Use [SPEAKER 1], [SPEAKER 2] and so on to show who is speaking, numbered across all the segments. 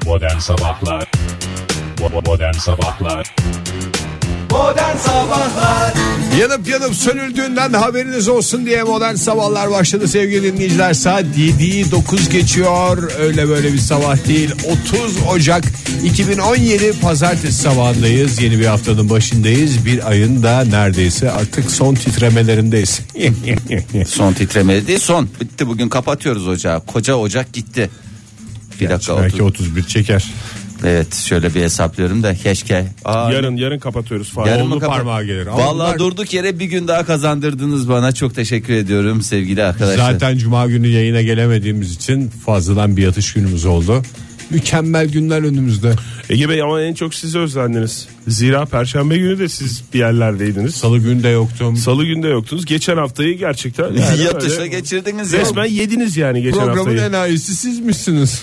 [SPEAKER 1] Modern Sabahlar. Modern Sabahlar.
[SPEAKER 2] Modern Sabahlar.
[SPEAKER 3] Yanıp sönüldüğünden haberiniz olsun diye Modern Sabahlar başladı sevgili dinleyiciler. Saat 7'yi 9 geçiyor. Öyle böyle bir sabah değil. 30 Ocak 2017 Pazartesi sabahındayız. Yeni bir haftanın başındayız. Bir ayın da neredeyse artık son titremelerindeyiz.
[SPEAKER 4] Son titremeli değil, son. Bitti, bugün kapatıyoruz ocağı. Koca ocak gitti. Bir dakika.
[SPEAKER 3] Belki 31 çeker.
[SPEAKER 4] Evet, şöyle bir hesaplıyorum da keşke.
[SPEAKER 5] Yarın kapatıyoruz falan.
[SPEAKER 4] Yarın
[SPEAKER 3] Oldu parmağı gelir.
[SPEAKER 4] Vallahi durduk yere bir gün daha kazandırdınız bana. Çok teşekkür ediyorum sevgili arkadaşlar.
[SPEAKER 3] Zaten cuma günü yayına gelemediğimiz için fazladan bir yatış günümüz oldu. Mükemmel günler önümüzde.
[SPEAKER 5] Ege Bey, ama en çok sizi özlendiniz. Zira Perşembe günü de siz bir yerlerdeydiniz.
[SPEAKER 3] Salı günü de yoktum.
[SPEAKER 5] Salı günü de yoktunuz. Geçen haftayı gerçekten
[SPEAKER 4] yatışla geçirdiniz ya.
[SPEAKER 5] Resmen yediniz yani geçen
[SPEAKER 3] Programın
[SPEAKER 5] haftayı.
[SPEAKER 3] enayisi sizmişsiniz.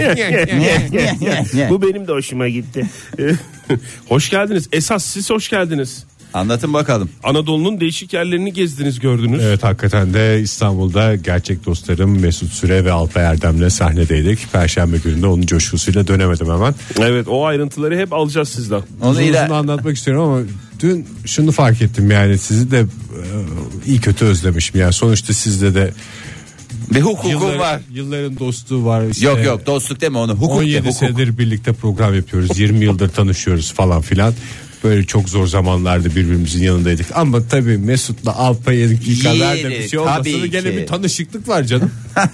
[SPEAKER 5] Bu benim de hoşuma gitti. Hoş geldiniz. Esas siz hoş geldiniz.
[SPEAKER 4] Anlatın bakalım.
[SPEAKER 5] Anadolu'nun değişik yerlerini gezdiniz, gördünüz.
[SPEAKER 3] Evet, hakikaten de İstanbul'da gerçek dostlarım Mesut Süre ve Alpay Erdem'le sahnedeydik. Perşembe gününde onun coşkusuyla dönemedim hemen.
[SPEAKER 5] Evet, o ayrıntıları hep alacağız sizden.
[SPEAKER 4] Onu
[SPEAKER 3] Uzun anlatmak istiyorum ama dün şunu fark ettim, yani sizi de iyi kötü özlemişim. Yani sonuçta sizde de
[SPEAKER 4] bir hukukum var.
[SPEAKER 3] Yılların dostluğu var. İşte
[SPEAKER 4] Yok dostluk deme onu. Hukuk
[SPEAKER 3] 17
[SPEAKER 4] hukuk.
[SPEAKER 3] senedir birlikte program yapıyoruz. 20 yıldır tanışıyoruz falan filan. Böyle çok zor zamanlarda birbirimizin yanındaydık. Ama tabii Mesut'la Alpay'ınki kadar da bir şey olmasa da gene bir tanışıklık var canım.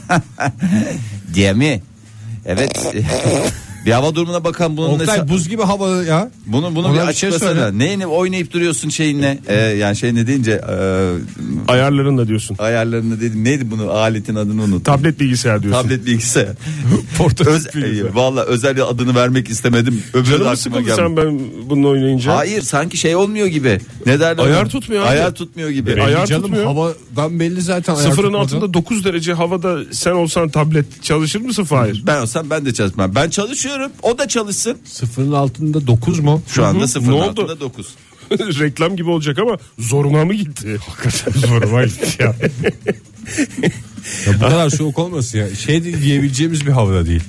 [SPEAKER 4] Diye mi? Evet. Bir hava durumuna bakalım bunun.
[SPEAKER 3] Oktay, buz gibi hava ya.
[SPEAKER 4] Bunu bir açıklasana. Neyini oynayıp duruyorsun şeyinle? Yani şey ne deyince?
[SPEAKER 5] Ayarlarınla diyorsun.
[SPEAKER 4] Ayarlarında dedim. Neydi bunu? Aletin adını unuttum.
[SPEAKER 5] Tablet bilgisayar diyorsun.
[SPEAKER 4] Tablet bilgisayar.
[SPEAKER 3] bilgisayar.
[SPEAKER 4] Valla özel adını vermek istemedim. Öbürü
[SPEAKER 5] Canım
[SPEAKER 4] aklıma
[SPEAKER 5] sıkıldı
[SPEAKER 4] geldi.
[SPEAKER 5] sen ben bununla oynayınca.
[SPEAKER 4] Hayır, sanki şey olmuyor gibi. Ne derler?
[SPEAKER 5] Ayar tutmuyor abi.
[SPEAKER 4] Ayar tutmuyor gibi.
[SPEAKER 5] Ayar
[SPEAKER 3] Canım
[SPEAKER 5] tutmuyor.
[SPEAKER 3] havadan belli zaten.
[SPEAKER 5] Sıfırın altında 9 derece havada sen olsan tablet çalışır mısın Fahir?
[SPEAKER 4] Ben olsam ben de çalışmam. Ben çalışıyorum. O da çalışsın.
[SPEAKER 3] Sıfırın altında 9 mu?
[SPEAKER 4] Şu anda sıfırın
[SPEAKER 5] Ne
[SPEAKER 4] altında
[SPEAKER 5] oldu?
[SPEAKER 4] 9.
[SPEAKER 5] Reklam gibi olacak ama zoruna mı gitti?
[SPEAKER 3] Hakikaten zoruma gitti ya. Ya bu kadar soğuk olmasın ya. Şey diyebileceğimiz bir havada değil.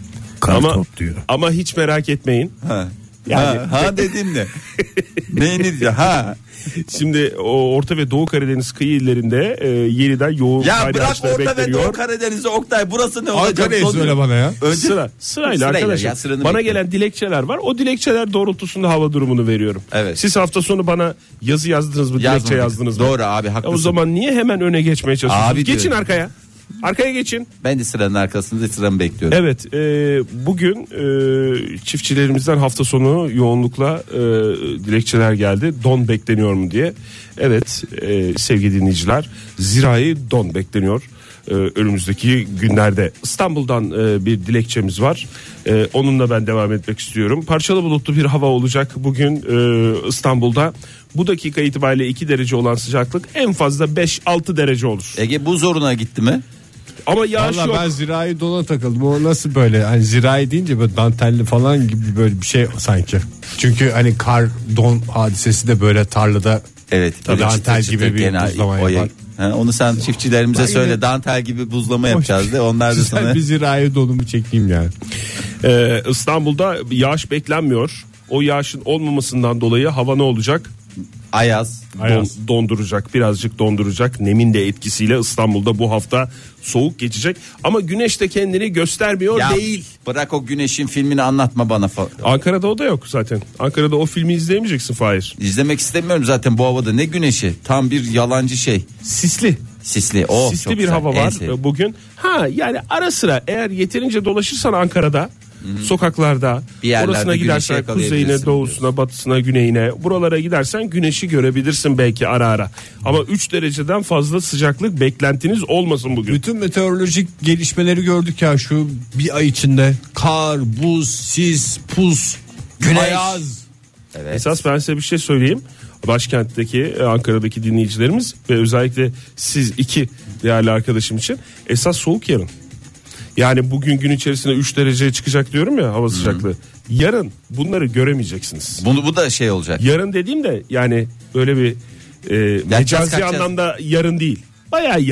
[SPEAKER 5] Ama hiç merak etmeyin.
[SPEAKER 4] Ha.
[SPEAKER 5] Yani-
[SPEAKER 4] ha dediğin ne? Neyini diyor? Ha.
[SPEAKER 5] Şimdi o Orta ve Doğu Karadeniz kıyı illerinde yeniden yoğun
[SPEAKER 4] Ya
[SPEAKER 5] kar
[SPEAKER 4] bırak
[SPEAKER 5] yağışları
[SPEAKER 4] Orta ve
[SPEAKER 5] bekleniyor.
[SPEAKER 4] Doğu Karadeniz'i Oktay, burası ne olacak?
[SPEAKER 3] Ankara'yı söyle bana ya.
[SPEAKER 5] Sırayla
[SPEAKER 4] Sırayla
[SPEAKER 5] arkadaşlar.
[SPEAKER 4] ya, sıranı
[SPEAKER 5] Bana
[SPEAKER 4] bekle.
[SPEAKER 5] gelen dilekçeler var. O dilekçeler doğrultusunda hava durumunu veriyorum.
[SPEAKER 4] Evet.
[SPEAKER 5] Siz hafta sonu bana yazı yazdınız mı? Dilekçe
[SPEAKER 4] Yazmadık.
[SPEAKER 5] yazdınız mı?
[SPEAKER 4] Doğru abi, haklısın.
[SPEAKER 5] O zaman niye hemen öne geçmeye çalışıyorsunuz?
[SPEAKER 4] Abi
[SPEAKER 5] Geçin
[SPEAKER 4] diyorum.
[SPEAKER 5] arkaya. Arkaya geçin.
[SPEAKER 4] Ben de sıranın arkasında sıramı bekliyorum.
[SPEAKER 5] Evet, bugün çiftçilerimizden hafta sonu yoğunlukla dilekçeler geldi. Don bekleniyor mu diye. Evet, sevgili dinleyiciler, zirai don bekleniyor önümüzdeki günlerde. İstanbul'dan bir dilekçemiz var. Onunla ben devam etmek istiyorum. Parçalı bulutlu bir hava olacak bugün İstanbul'da. Bu dakika itibariyle 2 derece olan sıcaklık en fazla 5-6 derece olur.
[SPEAKER 4] Ege, bu zoruna gitti mi?
[SPEAKER 5] Ama yağış
[SPEAKER 3] Valla
[SPEAKER 5] yok.
[SPEAKER 3] ben zirai dona takıldım. O nasıl böyle? Hani zirai deyince böyle dantelli falan gibi böyle bir şey sanki. Çünkü hani kar don hadisesi de böyle tarlada.
[SPEAKER 4] Evet.
[SPEAKER 3] Tabii, dantel gibi bir buzlama yapar.
[SPEAKER 4] Onu sen çiftçilerimize
[SPEAKER 3] Ben
[SPEAKER 4] söyle.
[SPEAKER 3] yine-
[SPEAKER 4] Dantel gibi buzlama yapacağız de. Onlar da
[SPEAKER 3] Güzel
[SPEAKER 4] sana.
[SPEAKER 3] bir zirai donumu çekeyim yani.
[SPEAKER 5] İstanbul'da yağış beklenmiyor. O yağışın olmamasından dolayı hava ne olacak?
[SPEAKER 4] Ayaz.
[SPEAKER 5] Donduracak, birazcık donduracak. Nemin de etkisiyle İstanbul'da bu hafta soğuk geçecek. Ama güneş de kendini göstermiyor
[SPEAKER 4] Ya
[SPEAKER 5] değil.
[SPEAKER 4] bırak o güneşin filmini anlatma bana.
[SPEAKER 5] Ankara'da o da yok zaten. Ankara'da o filmi izleyemeyeceksin Fahir.
[SPEAKER 4] İzlemek istemiyorum zaten bu havada. Ne güneşi? Tam bir yalancı şey.
[SPEAKER 5] Sisli.
[SPEAKER 4] Sisli.
[SPEAKER 5] Sisli
[SPEAKER 4] çok
[SPEAKER 5] bir
[SPEAKER 4] güzel.
[SPEAKER 5] hava
[SPEAKER 4] En
[SPEAKER 5] var
[SPEAKER 4] sevdiğim.
[SPEAKER 5] bugün. Yani ara sıra eğer yeterince dolaşırsan Ankara'da, sokaklarda,
[SPEAKER 4] Bir yerlerde
[SPEAKER 5] orasına
[SPEAKER 4] güneşi
[SPEAKER 5] gidersen
[SPEAKER 4] yakalayabilirsin
[SPEAKER 5] kuzeyine, doğusuna, batısına, güneyine, buralara gidersen güneşi görebilirsin belki ara ara. Ama 3 dereceden fazla sıcaklık beklentiniz olmasın bugün.
[SPEAKER 3] Bütün meteorolojik gelişmeleri gördük ya şu bir ay içinde. Kar, buz, sis, puz,
[SPEAKER 4] Güneş.
[SPEAKER 3] ayaz.
[SPEAKER 4] Evet.
[SPEAKER 5] Esas ben size bir şey söyleyeyim. Başkentteki, Ankara'daki dinleyicilerimiz ve özellikle siz iki değerli arkadaşım için esas soğuk yarın. Yani bugün gün içerisinde 3 dereceye çıkacak diyorum ya hava sıcaklığı. Yarın bunları göremeyeceksiniz.
[SPEAKER 4] Bu da şey olacak.
[SPEAKER 5] Yarın dediğim de yani böyle bir mecazi
[SPEAKER 4] kaçacağız.
[SPEAKER 5] anlamda yarın değil. Bayağı yarın.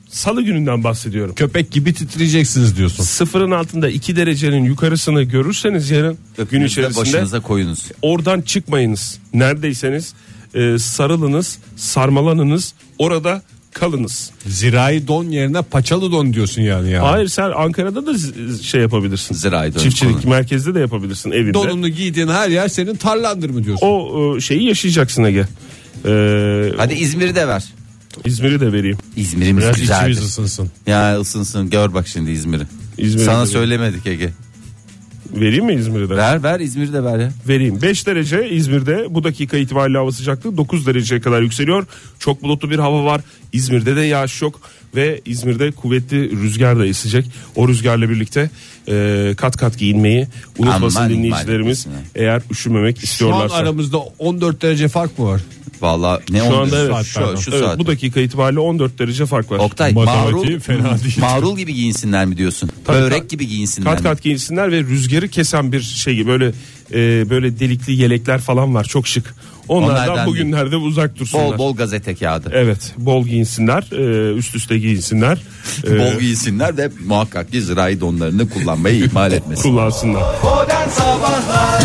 [SPEAKER 5] Salı gününden bahsediyorum.
[SPEAKER 3] Köpek gibi titreyeceksiniz diyorsun.
[SPEAKER 5] Sıfırın altında 2 derecenin yukarısını görürseniz yarın gün içerisinde
[SPEAKER 4] başınıza koyunuz.
[SPEAKER 5] oradan çıkmayınız. Neredeyseniz sarılınız, sarmalanınız, orada kalınız.
[SPEAKER 3] Zirai don yerine paçalı don diyorsun yani.
[SPEAKER 5] Hayır, sen Ankara'da da şey yapabilirsin.
[SPEAKER 4] Zirai don.
[SPEAKER 5] Çiftçilik merkezde de yapabilirsin evinde.
[SPEAKER 3] Donunu giydiğin her yer senin tarlandır mı diyorsun?
[SPEAKER 5] O şeyi yaşayacaksın Ege.
[SPEAKER 4] Hadi İzmir'i de ver.
[SPEAKER 5] İzmir'i de vereyim.
[SPEAKER 4] İzmir'imiz
[SPEAKER 3] Biraz
[SPEAKER 4] güzeldir.
[SPEAKER 3] içimiz ısınsın.
[SPEAKER 4] Ya ısınsın, gör bak şimdi İzmir'i.
[SPEAKER 5] İzmir'i
[SPEAKER 4] Sana
[SPEAKER 5] de
[SPEAKER 4] söylemedik Ege.
[SPEAKER 5] Vereyim mi İzmir'i de?
[SPEAKER 4] Ver İzmir'i de ver ya.
[SPEAKER 5] Vereyim. 5 derece İzmir'de, bu dakika itibariyle hava sıcaklığı 9 dereceye kadar yükseliyor. Çok bulutlu bir hava var. İzmir'de de yağış yok ve İzmir'de kuvvetli rüzgar da esecek. O rüzgarla birlikte kat kat giyinmeyi unutmasın
[SPEAKER 4] Aman
[SPEAKER 5] dinleyicilerimiz.
[SPEAKER 4] ihmal
[SPEAKER 5] Eğer üşümemek
[SPEAKER 3] Şu an
[SPEAKER 5] istiyorlarsa.
[SPEAKER 3] aramızda 14 derece fark mı var?
[SPEAKER 4] Vallahi ne
[SPEAKER 5] Şu
[SPEAKER 4] oldu?
[SPEAKER 5] anda evet,
[SPEAKER 4] Şu
[SPEAKER 5] evet,
[SPEAKER 4] saat.
[SPEAKER 5] bu dakika itibariyle 14 derece fark var.
[SPEAKER 4] Oktay,
[SPEAKER 3] Matematiği fena değil.
[SPEAKER 4] marul gibi giyinsinler mi diyorsun?
[SPEAKER 5] Tabii,
[SPEAKER 4] Börek gibi giyinsinler
[SPEAKER 5] Kat
[SPEAKER 4] mi?
[SPEAKER 5] kat giyinsinler ve rüzgarı kesen bir şey gibi, böyle delikli yelekler falan var, çok şık. Onlardan
[SPEAKER 4] Onlardan
[SPEAKER 5] bugünlerde uzak dursunlar.
[SPEAKER 4] Bol bol gazete kağıdı.
[SPEAKER 5] Evet, bol giyinsinler, üst üste giyinsinler.
[SPEAKER 4] Bol giysinler de muhakkak ki zirai donlarını kullanmayı ihmal etmesin.
[SPEAKER 5] Kullansınlar.
[SPEAKER 2] Modern Sabahlar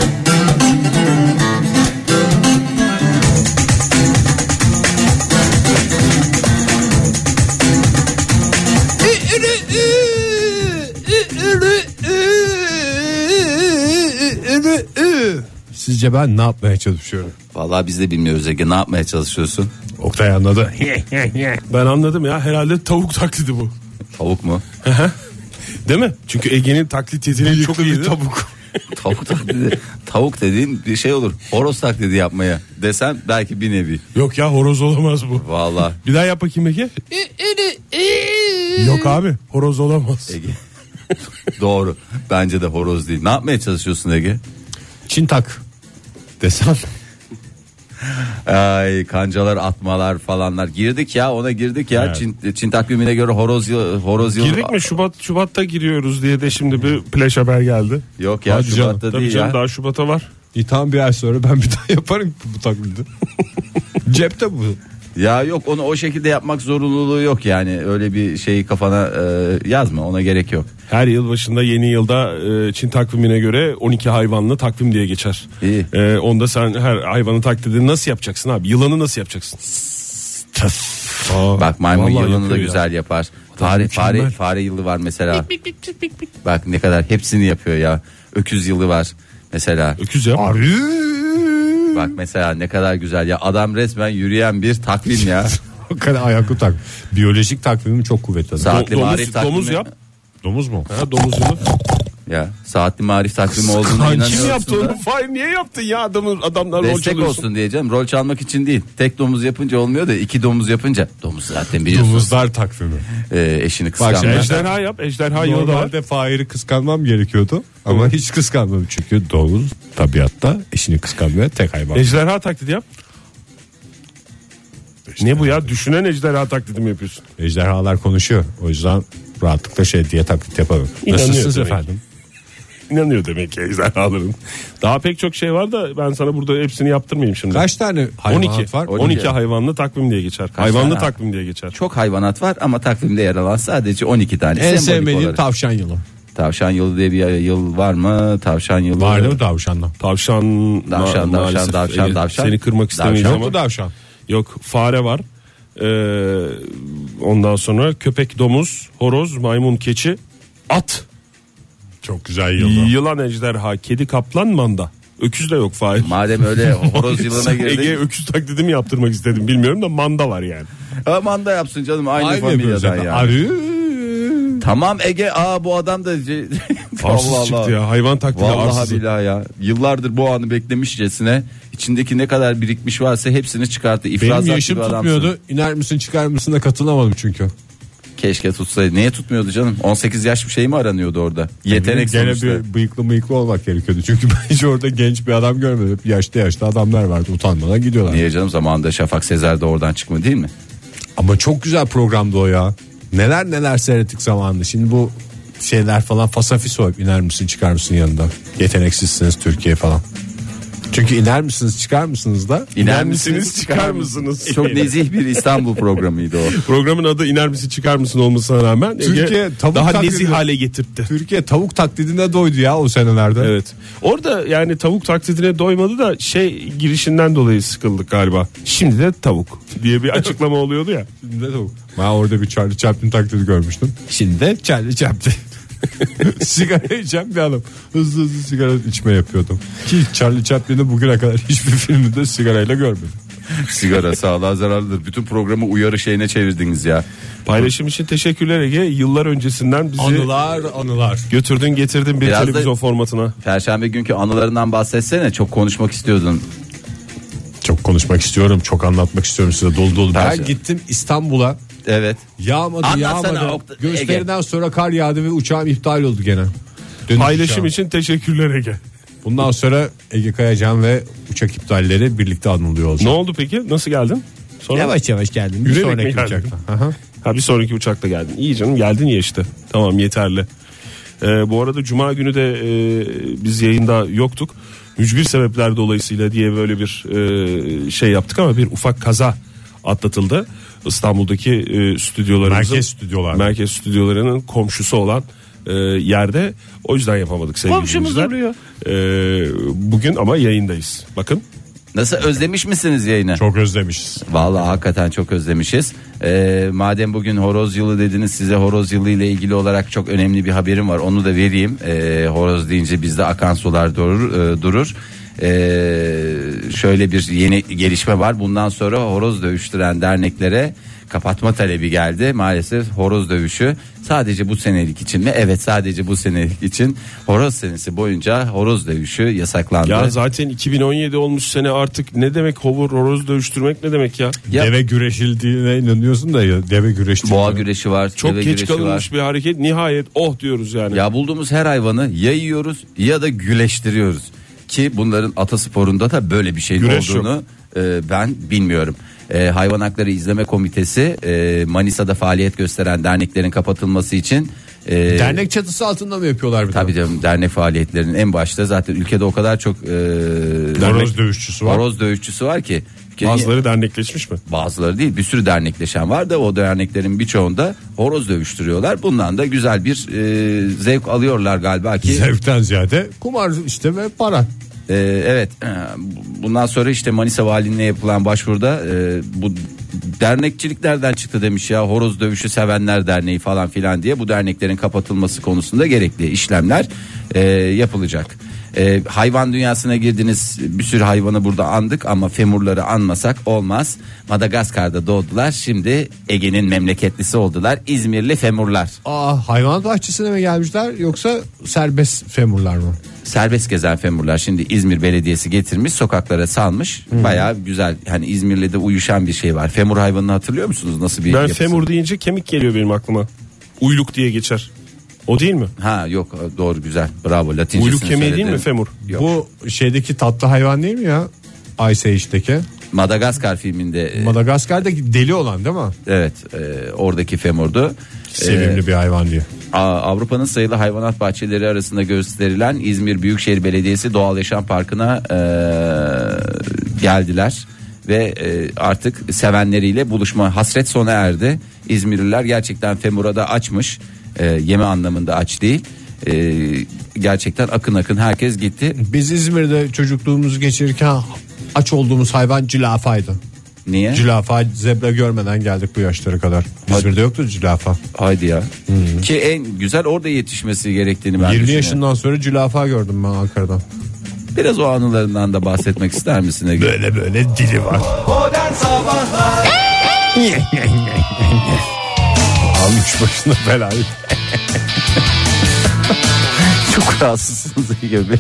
[SPEAKER 3] Sizce ben ne yapmaya çalışıyorum?
[SPEAKER 4] Vallahi biz de bilmiyoruz Ege, ne yapmaya çalışıyorsun?
[SPEAKER 3] Oktay anladı.
[SPEAKER 5] Ben anladım ya, herhalde tavuk taklidi bu.
[SPEAKER 4] Tavuk mu?
[SPEAKER 5] Değil mi? Çünkü Ege'nin taklit yeteneği çok iyi.
[SPEAKER 4] Tavuk taklidi. Tavuk dediğin bir şey olur. Horoz taklidi yapmaya desem belki bir nevi.
[SPEAKER 5] Yok ya, horoz olamaz bu.
[SPEAKER 4] Vallahi
[SPEAKER 5] Bir daha yap bakayım Ege. Yok abi, horoz olamaz.
[SPEAKER 4] Ege. Doğru. Bence de horoz değil. Ne yapmaya çalışıyorsun Ege?
[SPEAKER 3] Çin tak desem.
[SPEAKER 4] Ay, kancalar, atmalar falanlar. Girdik ya, ona girdik ya.
[SPEAKER 3] Evet.
[SPEAKER 4] Çin takvimine göre horoz yıl.
[SPEAKER 5] Girdik mi? Şubat'ta giriyoruz diye de şimdi bir flash haber geldi.
[SPEAKER 4] Yok ya,
[SPEAKER 3] Hadi canım.
[SPEAKER 4] Şubat'ta
[SPEAKER 5] Tabii
[SPEAKER 4] değil
[SPEAKER 5] canım,
[SPEAKER 4] ya.
[SPEAKER 5] daha Şubat'a var.
[SPEAKER 3] Tamam, bir ay sonra ben bir daha yaparım bu taklidi. Cepte bu.
[SPEAKER 4] Ya yok, onu o şekilde yapmak zorunluluğu yok yani. Öyle bir şeyi kafana yazma, ona gerek yok.
[SPEAKER 5] Her yıl başında yeni yılda Çin takvimine göre 12 hayvanlı takvim diye geçer.
[SPEAKER 4] İyi.
[SPEAKER 5] Onda sen her hayvanı taklidini nasıl yapacaksın abi? Yılanı nasıl yapacaksın?
[SPEAKER 4] Bak, maymun
[SPEAKER 5] vallahi
[SPEAKER 4] yılanı da
[SPEAKER 5] yapıyor ya.
[SPEAKER 4] güzel yapar.
[SPEAKER 5] mükemmel.
[SPEAKER 4] Fare yılı var mesela. Bak ne kadar hepsini yapıyor ya. Öküz yılı var mesela.
[SPEAKER 5] Öküz ya.
[SPEAKER 4] Bak mesela ne kadar güzel ya. Adam resmen yürüyen bir takvim ya.
[SPEAKER 3] O kadar ayaklı tak. Biyolojik takvimim çok kuvvetli.
[SPEAKER 4] Saatli marif takvimi.
[SPEAKER 5] Domuz yap.
[SPEAKER 3] Domuz mu?
[SPEAKER 5] Ha, domuz yılı.
[SPEAKER 4] Ya saatli marif takvimi olduğuna
[SPEAKER 5] Kim
[SPEAKER 4] inanıyorsun
[SPEAKER 5] yaptı
[SPEAKER 4] da.
[SPEAKER 5] onu? Fahir niye yaptın ya, adamlar rol
[SPEAKER 4] Destek
[SPEAKER 5] çalıyorsun.
[SPEAKER 4] olsun diyeceğim. Rol çalmak için değil. Tek domuz yapınca olmuyor da 2 domuz yapınca. Domuz zaten biliyorsun.
[SPEAKER 3] Domuzlar takvimi.
[SPEAKER 4] Eşini
[SPEAKER 3] Bak şimdi
[SPEAKER 4] kıskanmıyor.
[SPEAKER 5] Ejderha yap. Ejderha yılı da var.
[SPEAKER 3] Normalde Fahir'i kıskanmam gerekiyordu. Ama hiç kıskanmadım çünkü domuz tabiatta eşini kıskanmıyor, tek hayvan.
[SPEAKER 5] Ejderha taklidi yap. Ne bu ya? Düşünen ejderha taklidi mi yapıyorsun?
[SPEAKER 3] Ejderhalar konuşuyor. O yüzden rahatlıkla şey diye taklit yapalım.
[SPEAKER 5] İnanıyor
[SPEAKER 3] Nasılsınız
[SPEAKER 5] demek.
[SPEAKER 3] efendim?
[SPEAKER 5] İnanıyor demek ki ejderhaların. Daha pek çok şey var da ben sana burada hepsini yaptırmayayım şimdi.
[SPEAKER 3] Kaç tane hayvanat
[SPEAKER 5] 12
[SPEAKER 3] var?
[SPEAKER 5] 12 hayvanlı takvim diye geçer. Hayvanlı
[SPEAKER 4] tane?
[SPEAKER 5] takvim diye geçer.
[SPEAKER 4] Çok hayvanat var ama takvimde yer alan sadece 12 tane.
[SPEAKER 3] En
[SPEAKER 4] Sembolik
[SPEAKER 3] sevmediğim
[SPEAKER 4] olarak.
[SPEAKER 3] tavşan yılı.
[SPEAKER 4] Tavşan yılı diye bir yıl var mı? Tavşan yılı.
[SPEAKER 3] Var değil mi tavşanla?
[SPEAKER 5] Tavşan maalesef,
[SPEAKER 4] tavşan.
[SPEAKER 5] Seni kırmak istemeyiz
[SPEAKER 4] Tavşan
[SPEAKER 5] ama.
[SPEAKER 3] Bu tavşan.
[SPEAKER 5] Yok, fare var. Ondan sonra köpek, domuz, horoz, maymun, keçi, at,
[SPEAKER 3] Çok güzel yıldı.
[SPEAKER 5] yılan, ejderha, kedi, kaplan, manda. Öküz de yok Fahir.
[SPEAKER 4] Madem öyle horoz yılına
[SPEAKER 5] Ege
[SPEAKER 4] girdik.
[SPEAKER 5] öküz taklidi mi yaptırmak istedim bilmiyorum da manda var yani.
[SPEAKER 4] Aman da yapsın canım, aynı
[SPEAKER 3] yapıyoruz
[SPEAKER 4] familyadan
[SPEAKER 3] zaten.
[SPEAKER 4] ya.
[SPEAKER 3] Arı.
[SPEAKER 4] Tamam Ege, bu adam da
[SPEAKER 5] Arsız çıktı ya, hayvan taklidi
[SPEAKER 4] Vallahi
[SPEAKER 5] arsızı.
[SPEAKER 4] billahi ya. Yıllardır bu anı beklemişcesine içindeki ne kadar birikmiş varsa hepsini çıkarttı.
[SPEAKER 3] Benim
[SPEAKER 4] İfrazat
[SPEAKER 3] yaşım
[SPEAKER 4] gibi adamsın.
[SPEAKER 3] tutmuyordu. İner misin çıkar mısın da katılamadım çünkü.
[SPEAKER 4] Keşke tutsaydı. Niye tutmuyordu canım? 18 yaş bir şey mi aranıyordu orada? Yetenek
[SPEAKER 3] Gene
[SPEAKER 4] sonuçta.
[SPEAKER 3] bir bıyıklı olmak gerekiyordu. Çünkü ben hiç orada genç bir adam görmedim. Hep yaşlı adamlar vardı, utanmadan gidiyorlar.
[SPEAKER 4] Niye canım, zamanında Şafak Sezer de oradan çıkma değil mi?
[SPEAKER 3] Ama çok güzel programdı o ya. Neler seyrettik zamanında. Şimdi bu şeyler falan fasafiso, iner misin çıkar mısın yanında. Yeteneksizsiniz Türkiye falan. Çünkü iner misiniz çıkar mısınız da?
[SPEAKER 5] İner misiniz çıkar mısınız?
[SPEAKER 4] Çok nezih bir İstanbul programıydı o.
[SPEAKER 5] Programın adı iner misin çıkar mısın olmasına rağmen
[SPEAKER 3] Türkiye tavuk
[SPEAKER 5] daha
[SPEAKER 3] taklidi-
[SPEAKER 5] nezih hale getirtti.
[SPEAKER 3] Türkiye tavuk taklidine doydu ya o senelerde.
[SPEAKER 5] Evet. Orada yani tavuk taklidine doymadı da girişinden dolayı sıkıldık galiba. Şimdi de tavuk diye bir açıklama oluyordu ya.
[SPEAKER 3] Şimdi de tavuk. Ben orada bir Charlie Chaplin taklidi görmüştüm. Şimdi de Charlie Chaplin. Sigara içen bir adam. Hızlı sigara içme yapıyordum. Ki Charlie Chaplin'i bugüne kadar hiçbir filmde sigarayla görmedim.
[SPEAKER 4] Sigara sağlığa zararlıdır. Bütün programı uyarı şeyine çevirdiniz ya.
[SPEAKER 5] Paylaşım için teşekkürler Ege. Yıllar öncesinden bizi
[SPEAKER 3] Anılar.
[SPEAKER 5] götürdün getirdin bir
[SPEAKER 4] Biraz da-
[SPEAKER 5] televizyon formatına.
[SPEAKER 4] Perşembe günkü anılarından bahsetsene. Çok konuşmak istiyordun.
[SPEAKER 3] Çok konuşmak istiyorum. Çok anlatmak istiyorum size dolu dolu. Ben
[SPEAKER 4] Perşembe.
[SPEAKER 3] gittim İstanbul'a.
[SPEAKER 4] Evet.
[SPEAKER 3] Yağmadı
[SPEAKER 4] Anlatsana
[SPEAKER 3] yağmadı.
[SPEAKER 4] Ege.
[SPEAKER 3] Gösteriden sonra kar yağdı ve uçağım iptal oldu gene. Dönüş
[SPEAKER 5] Paylaşım
[SPEAKER 3] uçağım.
[SPEAKER 5] için teşekkürler Ege.
[SPEAKER 3] Bundan sonra Ege Kayacan ve uçak iptalleri birlikte anılıyor olacak.
[SPEAKER 5] Ne oldu peki? Nasıl geldin? Sonra
[SPEAKER 3] Yavaş yavaş geldim. Bir
[SPEAKER 5] Yürüyerek
[SPEAKER 3] sonraki
[SPEAKER 5] mi geldin?
[SPEAKER 3] uçakta. Aha.
[SPEAKER 5] Ha bir sonraki uçakta geldin. İyi canım geldin ya işte. Tamam yeterli. Bu arada Cuma günü de biz yayında yoktuk. Mücbir sebepler dolayısıyla diye böyle bir şey yaptık ama bir ufak kaza atlatıldı. İstanbul'daki stüdyolarımızın merkez stüdyolarının komşusu olan yerde. O yüzden yapamadık sevgili
[SPEAKER 4] Komşumuz
[SPEAKER 5] dinleyiciler. Bugün ama yayındayız. Bakın.
[SPEAKER 4] Nasıl, özlemiş misiniz yayını?
[SPEAKER 3] Çok özlemişiz.
[SPEAKER 4] Vallahi hakikaten çok özlemişiz. Madem bugün horoz yılı dediniz, size horoz yılı ile ilgili olarak çok önemli bir haberim var. Onu da vereyim. Horoz deyince bizde akan sular durur. Şöyle bir yeni gelişme var. Bundan sonra horoz dövüştüren derneklere kapatma talebi geldi. Maalesef horoz dövüşü sadece bu senelik için mi? Evet, sadece bu senelik için horoz senesi boyunca horoz dövüşü yasaklandı.
[SPEAKER 5] Ya zaten 2017 olmuş sene, artık ne demek horoz dövüştürmek ne demek ya?
[SPEAKER 4] Ya-
[SPEAKER 3] Deve güreşildiğine inanıyorsun da ya deve güreştiğine.
[SPEAKER 4] Boğa güreşi var.
[SPEAKER 5] Çok
[SPEAKER 4] deve
[SPEAKER 5] geç
[SPEAKER 4] güreşi
[SPEAKER 5] kalınmış
[SPEAKER 4] var.
[SPEAKER 5] bir hareket, nihayet diyoruz yani.
[SPEAKER 4] Ya bulduğumuz her hayvanı ya yiyoruz ya da güleştiriyoruz. Ki bunların atasporunda da böyle bir şeyin
[SPEAKER 5] Güreş
[SPEAKER 4] olduğunu ben bilmiyorum. Hayvan Hakları İzleme Komitesi Manisa'da faaliyet gösteren derneklerin kapatılması için
[SPEAKER 3] Dernek çatısı altında mı yapıyorlar bir
[SPEAKER 4] tabii canım, dernek faaliyetlerinin en başta zaten ülkede o kadar çok
[SPEAKER 3] Horoz dövüşçüsü var.
[SPEAKER 4] horoz dövüşçüsü var ki.
[SPEAKER 5] Bazıları dernekleşmiş mi?
[SPEAKER 4] Bazıları değil, bir sürü dernekleşen var da o derneklerin birçoğunda horoz dövüştürüyorlar. Bundan da güzel bir zevk alıyorlar galiba ki.
[SPEAKER 3] Zevkten ziyade kumar işte ve para.
[SPEAKER 4] Evet, bundan sonra işte Manisa Valiliğine yapılan başvuruda bu dernekçilik nereden çıktı demiş ya, horoz dövüşü sevenler derneği falan filan diye bu derneklerin kapatılması konusunda gerekli işlemler yapılacak. Hayvan dünyasına girdiniz, bir sürü hayvanı burada andık ama femurları anmasak olmaz. Madagaskar'da doğdular, şimdi Ege'nin memleketlisi oldular, İzmirli femurlar.
[SPEAKER 3] Hayvanat bahçesine mi gelmişler yoksa serbest femurlar mı?
[SPEAKER 4] Serbest gezen femurlar şimdi İzmir Belediyesi getirmiş, sokaklara salmış. Bayağı güzel, hani İzmir'le de uyuşan bir şey var. Femur hayvanını hatırlıyor musunuz, nasıl bir
[SPEAKER 5] Ben
[SPEAKER 4] yapısı?
[SPEAKER 5] femur deyince kemik geliyor benim aklıma. Uyluk diye geçer. O değil mi?
[SPEAKER 4] Ha yok, doğru, güzel, bravo, Latincesini
[SPEAKER 5] Uyluk kemiği değil
[SPEAKER 4] söyledin.
[SPEAKER 5] mi femur?
[SPEAKER 4] Yok.
[SPEAKER 3] Bu şeydeki tatlı hayvan değil mi ya? Ice Age'deki.
[SPEAKER 4] Madagaskar filminde
[SPEAKER 3] Madagaskar'daki deli olan değil mi?
[SPEAKER 4] evet, oradaki femurdu.
[SPEAKER 3] Sevimli bir hayvan diye.
[SPEAKER 4] Avrupa'nın sayılı hayvanat bahçeleri arasında gösterilen İzmir Büyükşehir Belediyesi Doğal Yaşam Parkı'na geldiler ve artık sevenleriyle buluşma hasret sona erdi. İzmirliler gerçekten femura da açmış, yeme anlamında aç değil. Gerçekten akın akın herkes gitti.
[SPEAKER 3] Biz İzmir'de çocukluğumuzu geçirirken aç olduğumuz hayvan zürafaydı.
[SPEAKER 4] Niye?
[SPEAKER 3] Zürafa, zebra görmeden geldik bu yaşlara kadar. İzmir'de yoktu zürafa.
[SPEAKER 4] Haydi ya. Ki en güzel orada yetişmesi gerektiğini ben
[SPEAKER 3] 20
[SPEAKER 4] düşünüyorum.
[SPEAKER 3] yaşından sonra zürafa gördüm ben Ankara'dan.
[SPEAKER 4] Biraz o anılarından da bahsetmek ister misin Ege?
[SPEAKER 3] Böyle dili var.
[SPEAKER 2] Modern Sabahlar
[SPEAKER 3] Almış başına belayı.
[SPEAKER 4] Çok rahatsızsınız Ege Bey.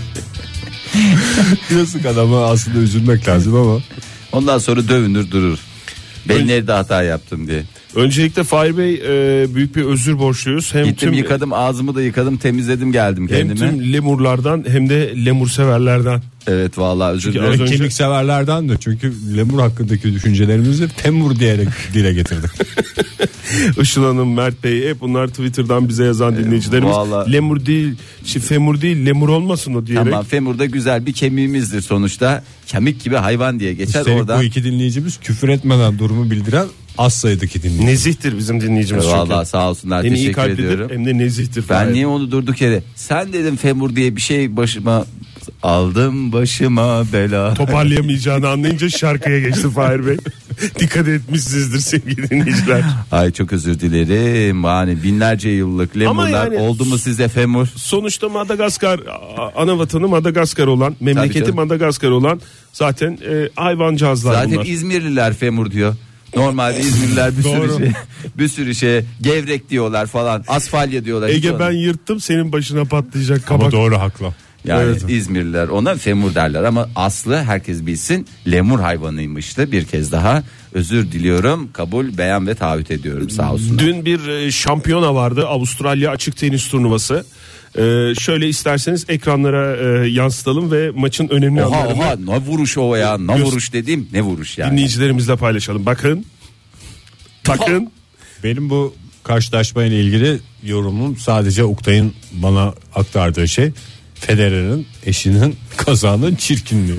[SPEAKER 3] Yazık adama aslında üzülmek lazım ama.
[SPEAKER 4] Ondan sonra dövünür durur. Ben nerede hata yaptım diye.
[SPEAKER 5] Öncelikle Fahir Bey büyük bir özür borçluyuz. Hem
[SPEAKER 4] Gittim
[SPEAKER 5] tüm,
[SPEAKER 4] yıkadım, ağzımı da yıkadım, temizledim geldim
[SPEAKER 5] hem
[SPEAKER 4] kendime.
[SPEAKER 5] tüm lemurlardan hem de lemur severlerden.
[SPEAKER 4] Evet vallahi özür
[SPEAKER 5] Çünkü
[SPEAKER 4] dilerim.
[SPEAKER 5] az önce-
[SPEAKER 3] Kemik severlerden de, çünkü lemur hakkındaki düşüncelerimizi femur diyerek dile getirdik.
[SPEAKER 5] Işıl Hanım, Mert Bey, hep bunlar Twitter'dan bize yazan dinleyicilerimiz.
[SPEAKER 4] vallahi.
[SPEAKER 5] Lemur değil, femur değil, lemur olmasın o diyerek.
[SPEAKER 4] Tamam, femur da güzel bir kemiğimizdir sonuçta. Kemik gibi hayvan diye geçer
[SPEAKER 3] Üstelik
[SPEAKER 4] oradan.
[SPEAKER 3] bu iki dinleyicimiz küfür etmeden durumu bildiren az sayıdaki dinleyici.
[SPEAKER 5] Nezihtir bizim dinleyicimiz çünkü.
[SPEAKER 4] Vallahi sağ olsunlar,
[SPEAKER 5] Hem iyi
[SPEAKER 4] teşekkür
[SPEAKER 5] kalplidir
[SPEAKER 4] ediyorum.
[SPEAKER 5] hem de nezihtir.
[SPEAKER 4] Ben
[SPEAKER 5] Fahir.
[SPEAKER 4] niye onu durduk yere? Sen dedim femur diye bir şey başıma aldım, başıma bela.
[SPEAKER 5] Toparlayamayacağını anlayınca şarkıya geçti Fahir Bey. Dikkat etmişsinizdir sevgili dinleyiciler.
[SPEAKER 4] Ay çok özür dilerim. Yani binlerce yıllık lemurlar
[SPEAKER 5] yani-
[SPEAKER 4] oldu mu size femur?
[SPEAKER 5] Sonuçta Madagaskar, ana vatanı Madagaskar olan, memleketi
[SPEAKER 4] canım.
[SPEAKER 5] Madagaskar olan zaten hayvancağızlar
[SPEAKER 4] Zaten
[SPEAKER 5] bunlar.
[SPEAKER 4] İzmirliler femur diyor. Normalde İzmirliler bir sürü şey gevrek diyorlar falan, asfalya diyorlar. Hiç
[SPEAKER 5] Ege
[SPEAKER 4] ona-
[SPEAKER 5] ben yırttım, senin başına patlayacak
[SPEAKER 3] Ama
[SPEAKER 5] kabak.
[SPEAKER 3] doğru, haklı.
[SPEAKER 4] Yani
[SPEAKER 5] Evet.
[SPEAKER 4] İzmirliler ona femur derler ama aslı herkes bilsin lemur hayvanıymıştı. Bir kez daha özür diliyorum, kabul, beyan ve taahhüt ediyorum, sağ olsunlar.
[SPEAKER 5] Dün bir şampiyona vardı, Avustralya açık tenis turnuvası. Şöyle isterseniz ekranlara yansıtalım ve maçın önemli
[SPEAKER 4] Oha
[SPEAKER 5] anlarını
[SPEAKER 4] oha, ne vuruş o ya, ne vuruş dediğim ne vuruş yani.
[SPEAKER 5] dinleyicilerimizle paylaşalım. Bakın. Bakın.
[SPEAKER 3] Benim bu karşılaşmayla ilgili yorumum sadece Oktay'ın bana aktardığı şey. Federer'in eşinin kazağının çirkinliği.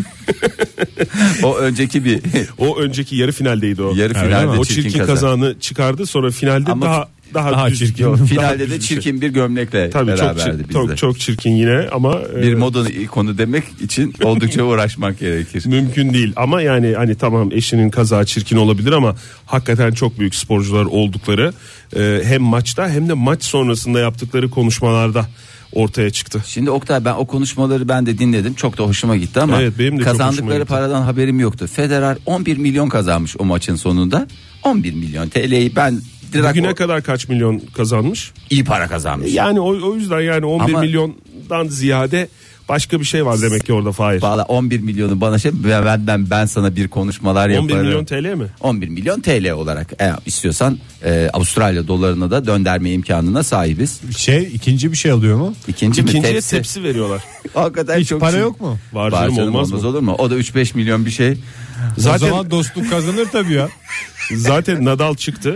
[SPEAKER 4] O önceki bir
[SPEAKER 5] O önceki yarı finaldeydi o.
[SPEAKER 4] yarı
[SPEAKER 3] Öyle
[SPEAKER 4] finalde
[SPEAKER 3] mi?
[SPEAKER 5] O
[SPEAKER 4] çirkin,
[SPEAKER 5] çirkin
[SPEAKER 4] kazan.
[SPEAKER 5] kazağını çıkardı, sonra finalde
[SPEAKER 4] Ama
[SPEAKER 5] daha düz-
[SPEAKER 3] çirkin.
[SPEAKER 5] Yok, daha
[SPEAKER 4] Finalde
[SPEAKER 5] düz
[SPEAKER 4] de
[SPEAKER 5] bir şey.
[SPEAKER 4] çirkin bir gömlekle
[SPEAKER 5] Tabii
[SPEAKER 4] beraberdi bizde.
[SPEAKER 5] çok çirkin yine ama
[SPEAKER 4] Bir moda ikonu demek için oldukça uğraşmak gerekir.
[SPEAKER 5] mümkün değil. Ama yani hani tamam, eşinin kazağı çirkin olabilir ama hakikaten çok büyük sporcular oldukları hem maçta hem de maç sonrasında yaptıkları konuşmalarda ortaya çıktı.
[SPEAKER 4] Şimdi Oktay, ben o konuşmaları ben de dinledim. Çok da hoşuma gitti ama
[SPEAKER 5] Evet, benim de çok hoşuma
[SPEAKER 4] kazandıkları
[SPEAKER 5] gitti.
[SPEAKER 4] paradan haberim yoktu. Federer 11 milyon kazanmış o maçın sonunda. 11 milyon TL'yi ben direkt
[SPEAKER 5] Bugüne kadar kaç milyon kazanmış?
[SPEAKER 4] iyi para kazanmış.
[SPEAKER 5] Yani o yüzden yani 11
[SPEAKER 4] Ama-
[SPEAKER 5] milyondan ziyade başka bir şey var demek ki orada Fahir.
[SPEAKER 4] Valla 11 milyonu bana ben sana bir konuşmalar
[SPEAKER 5] 11
[SPEAKER 4] yaparım.
[SPEAKER 5] milyon TL mi?
[SPEAKER 4] 11 milyon TL olarak istiyorsan Avustralya dolarına da döndürme imkanına sahibiz.
[SPEAKER 3] İkinci bir şey alıyor mu?
[SPEAKER 4] İkinci mi?
[SPEAKER 5] İkinciye tepsi veriyorlar.
[SPEAKER 4] Hakikaten
[SPEAKER 3] Hiç
[SPEAKER 4] çok
[SPEAKER 3] para
[SPEAKER 4] şey-
[SPEAKER 3] yok mu?
[SPEAKER 5] Var
[SPEAKER 4] Var
[SPEAKER 5] canım,
[SPEAKER 4] canım,
[SPEAKER 5] olmaz
[SPEAKER 4] olmaz
[SPEAKER 5] mı?
[SPEAKER 4] olur mu? O da 3-5 milyon bir şey.
[SPEAKER 5] Zaten
[SPEAKER 3] O zaman dostluk kazanır tabii ya.
[SPEAKER 5] Zaten Nadal çıktı.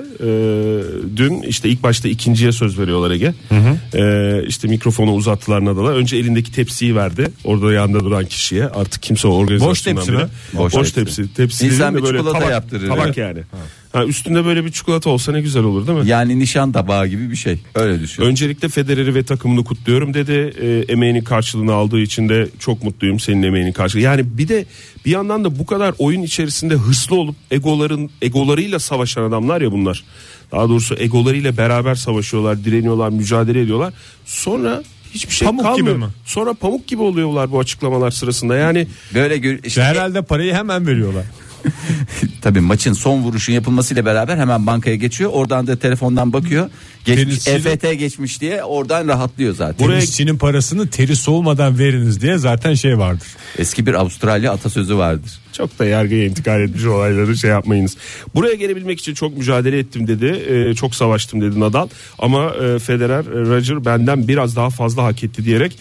[SPEAKER 5] Dün işte ilk başta ikinciye söz veriyorlar Ege. İşte mikrofonu uzattılar Nadal'a. Önce elindeki tepsiyi verdi. Orada yanında duran kişiye. Artık kimse o organizasyondan
[SPEAKER 3] Boş tepsi
[SPEAKER 5] biri.
[SPEAKER 3] mi?
[SPEAKER 5] Boş,
[SPEAKER 4] Boş
[SPEAKER 5] tepsi. Tepsi
[SPEAKER 4] İnsan
[SPEAKER 5] dediğim de
[SPEAKER 4] bir
[SPEAKER 5] böyle
[SPEAKER 4] çikolata
[SPEAKER 5] tabak,
[SPEAKER 4] yaptırır.
[SPEAKER 5] tabak yani. Ha, üstünde böyle bir çikolata olsa ne güzel olur değil mi?
[SPEAKER 4] Yani nişan tabağı gibi bir şey. Öyle düşün.
[SPEAKER 5] Öncelikle Federer'i ve takımını kutluyorum dedi. Emeğinin karşılığını aldığı için de çok mutluyum, senin emeğinin karşılığı. Yani bir de bir yandan da bu kadar oyun içerisinde hırslı olup egolarıyla savaşan adamlar ya bunlar. Daha doğrusu egolarıyla beraber savaşıyorlar, direniyorlar, mücadele ediyorlar. Sonra hiçbir şey
[SPEAKER 3] Pamuk
[SPEAKER 5] kalmıyor.
[SPEAKER 3] gibi mi?
[SPEAKER 5] Sonra pamuk gibi oluyorlar bu açıklamalar sırasında. Yani
[SPEAKER 4] Böyle işte
[SPEAKER 3] Herhalde parayı hemen veriyorlar.
[SPEAKER 4] tabii maçın son vuruşun yapılmasıyla beraber hemen bankaya geçiyor. Oradan da telefondan bakıyor. Geçmiş,
[SPEAKER 3] Tenisçi-
[SPEAKER 4] EFT geçmiş diye oradan rahatlıyor zaten.
[SPEAKER 5] Buraya-
[SPEAKER 3] Tenisçinin parasını teri soğumadan veriniz diye zaten şey vardır.
[SPEAKER 4] Eski bir Avustralya atasözü vardır.
[SPEAKER 5] çok da yargıya intikal etmiş olayları şey yapmayınız. Buraya gelebilmek için çok mücadele ettim dedi. Çok savaştım dedi Nadal. Ama Federer, Roger benden biraz daha fazla hak etti diyerek